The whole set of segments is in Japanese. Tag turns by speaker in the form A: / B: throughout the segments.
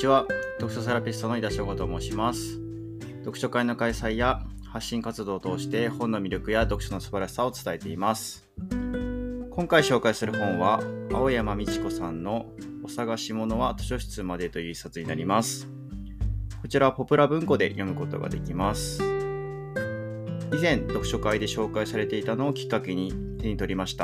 A: ちは。読書セラピストの井田翔吾と申します。読書会の開催や発信活動を通して本の魅力や読書の素晴らしさを伝えています。今回紹介する本は青山美智子さんのお探し物は図書室までという一冊になります。こちらはポプラ文庫で読むことができます。以前読書会で紹介されていたのをきっかけに手に取りました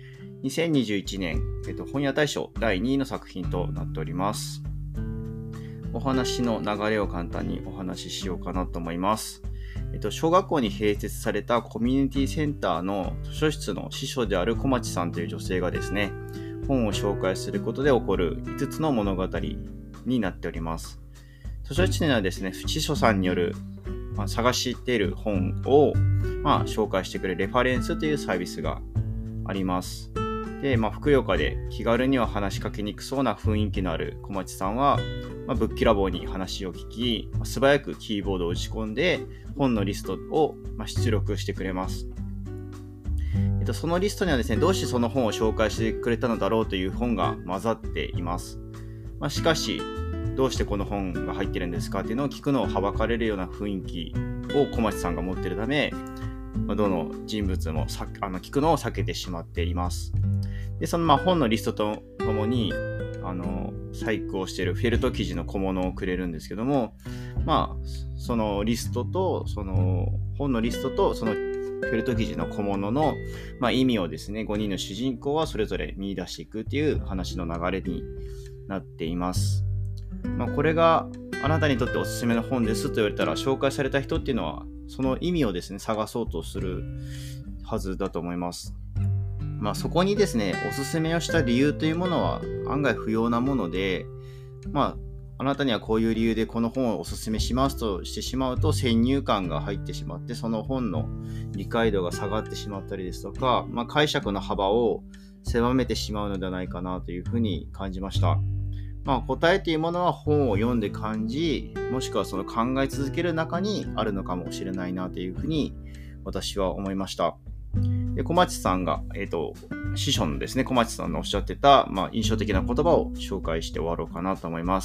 A: 。2021年、本屋大賞第2位の作品となっております。お話の流れを簡単にお話ししようかなと思います。小学校に併設されたコミュニティセンターの図書室の司書である小町さんという女性がですね、本を紹介することで起こる5つの物語になっております。図書室にはですね、司書さんによる探している本を紹介してくれるレファレンスというサービスがあります。で、ふくよかで気軽には話しかけにくそうな雰囲気のある小町さんは、ぶっきらぼうに話を聞き、素早くキーボードを打ち込んで本のリストを出力してくれます。そのリストにはですね、どうしてその本を紹介してくれたのだろうという本が混ざっています。しかし、どうしてこの本が入ってるんですかっていうのを聞くのをはばかれるような雰囲気を小町さんが持っているため、どの人物も聞くのを避けてしまっています。で、その本のリストとともに細工をしているフェルト生地の小物をくれるんですけども、そのリストとその本のリストとそのフェルト生地の小物の、意味をですね、5人の主人公はそれぞれ見出していくっていう話の流れになっています。これがあなたにとっておすすめの本ですと言われたら、紹介された人っていうのはその意味をですね、探そうとするはずだと思います。そこにですね、おすすめをした理由というものは案外不要なもので、あなたにはこういう理由でこの本をおすすめしますとしてしまうと先入観が入ってしまって、その本の理解度が下がってしまったりですとか、解釈の幅を狭めてしまうのではないかなというふうに感じました。答えというものは本を読んで感じ、もしくはその考え続ける中にあるのかもしれないなというふうに私は思いました。で、小町さんが、司書のですね、小町さんのおっしゃってた、印象的な言葉を紹介して終わろうかなと思います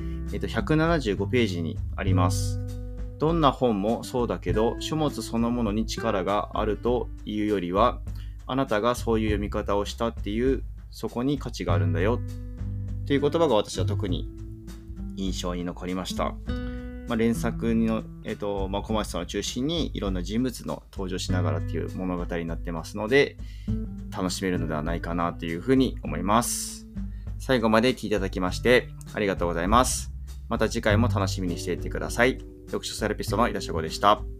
A: 。175ページにあります。どんな本もそうだけど、書物そのものに力があるというよりは、あなたがそういう読み方をしたっていう、そこに価値があるんだよ。という言葉が私は特に印象に残りました。連作の、小町さんを中心にいろんな人物の登場しながらっていう物語になってますので、楽しめるのではないかなというふうに思います。最後まで聞いていただきましてありがとうございます。また次回も楽しみにしていてください。読書セラピストの井田翔吾でした。